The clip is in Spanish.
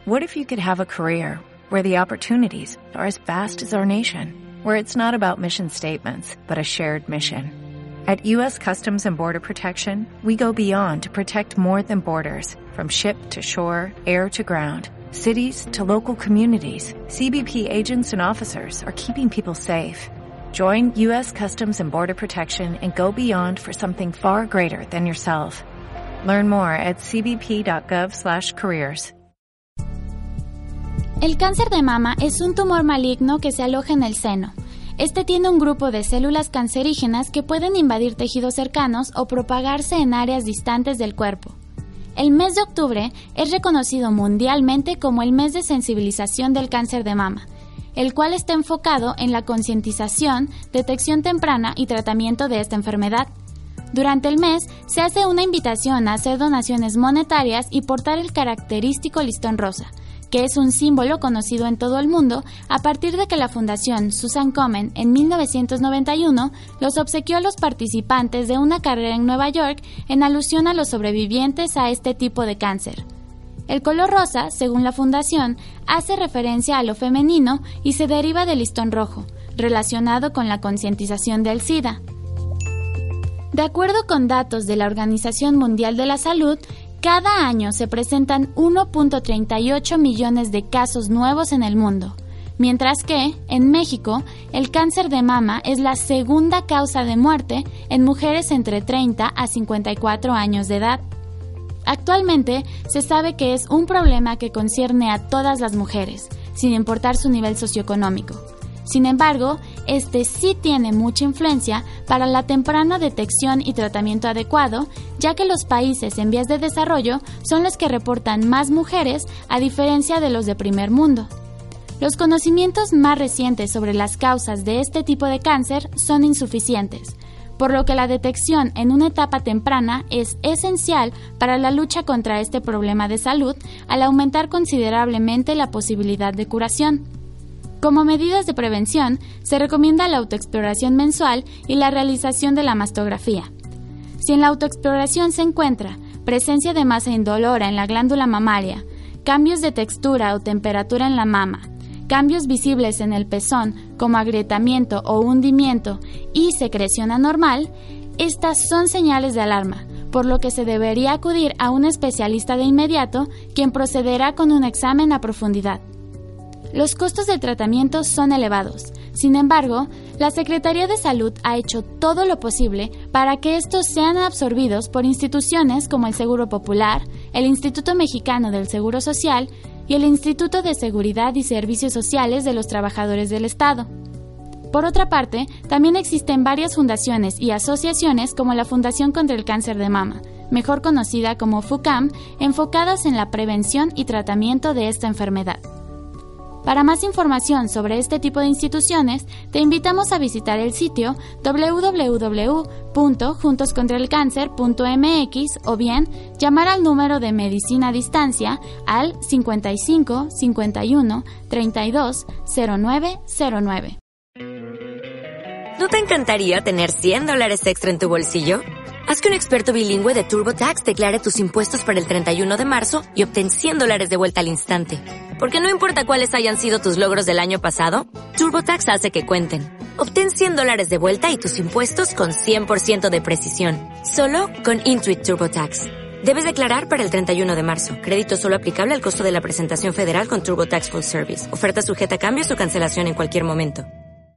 What if you could have a career where the opportunities are as vast as our nation, where it's not about mission statements, but a shared mission? At U.S. Customs and Border Protection, we go beyond to protect more than borders, from ship to shore, air to ground, cities to local communities. CBP agents and officers are keeping people safe. Join U.S. Customs and Border Protection and go beyond for something far greater than yourself. Learn more at cbp.gov/careers. El cáncer de mama es un tumor maligno que se aloja en el seno. Este tiene un grupo de células cancerígenas que pueden invadir tejidos cercanos o propagarse en áreas distantes del cuerpo. El mes de octubre es reconocido mundialmente como el mes de sensibilización del cáncer de mama, el cual está enfocado en la concientización, detección temprana y tratamiento de esta enfermedad. Durante el mes se hace una invitación a hacer donaciones monetarias y portar el característico listón rosa, que es un símbolo conocido en todo el mundo a partir de que la Fundación Susan Komen en 1991 los obsequió a los participantes de una carrera en Nueva York en alusión a los sobrevivientes a este tipo de cáncer. El color rosa, según la Fundación, hace referencia a lo femenino y se deriva del listón rojo, relacionado con la concientización del SIDA. De acuerdo con datos de la Organización Mundial de la Salud, cada año se presentan 1.38 millones de casos nuevos en el mundo, mientras que, en México, el cáncer de mama es la segunda causa de muerte en mujeres entre 30 a 54 años de edad. Actualmente, se sabe que es un problema que concierne a todas las mujeres, sin importar su nivel socioeconómico. Sin embargo, este sí tiene mucha influencia para la temprana detección y tratamiento adecuado, ya que los países en vías de desarrollo son los que reportan más mujeres a diferencia de los de primer mundo. Los conocimientos más recientes sobre las causas de este tipo de cáncer son insuficientes, por lo que la detección en una etapa temprana es esencial para la lucha contra este problema de salud al aumentar considerablemente la posibilidad de curación. Como medidas de prevención, se recomienda la autoexploración mensual y la realización de la mastografía. Si en la autoexploración se encuentra presencia de masa indolora en la glándula mamaria, cambios de textura o temperatura en la mama, cambios visibles en el pezón como agrietamiento o hundimiento y secreción anormal, estas son señales de alarma, por lo que se debería acudir a un especialista de inmediato, quien procederá con un examen a profundidad. Los costos del tratamiento son elevados. Sin embargo, la Secretaría de Salud ha hecho todo lo posible para que estos sean absorbidos por instituciones como el Seguro Popular, el Instituto Mexicano del Seguro Social y el Instituto de Seguridad y Servicios Sociales de los Trabajadores del Estado. Por otra parte, también existen varias fundaciones y asociaciones como la Fundación contra el Cáncer de Mama, mejor conocida como FUCAM, enfocadas en la prevención y tratamiento de esta enfermedad. Para más información sobre este tipo de instituciones, te invitamos a visitar el sitio www.juntoscontralcancer.mx o bien llamar al número de medicina a distancia al 55 51 32 09 09. ¿No te encantaría tener $100 extra en tu bolsillo? Haz que un experto bilingüe de TurboTax declare tus impuestos para el 31 de marzo y obtén $100 de vuelta al instante. Porque no importa cuáles hayan sido tus logros del año pasado, TurboTax hace que cuenten. Obtén $100 de vuelta y tus impuestos con 100% de precisión. Solo con Intuit TurboTax. Debes declarar para el 31 de marzo. Crédito solo aplicable al costo de la presentación federal con TurboTax Full Service. Oferta sujeta a cambios o cancelación en cualquier momento.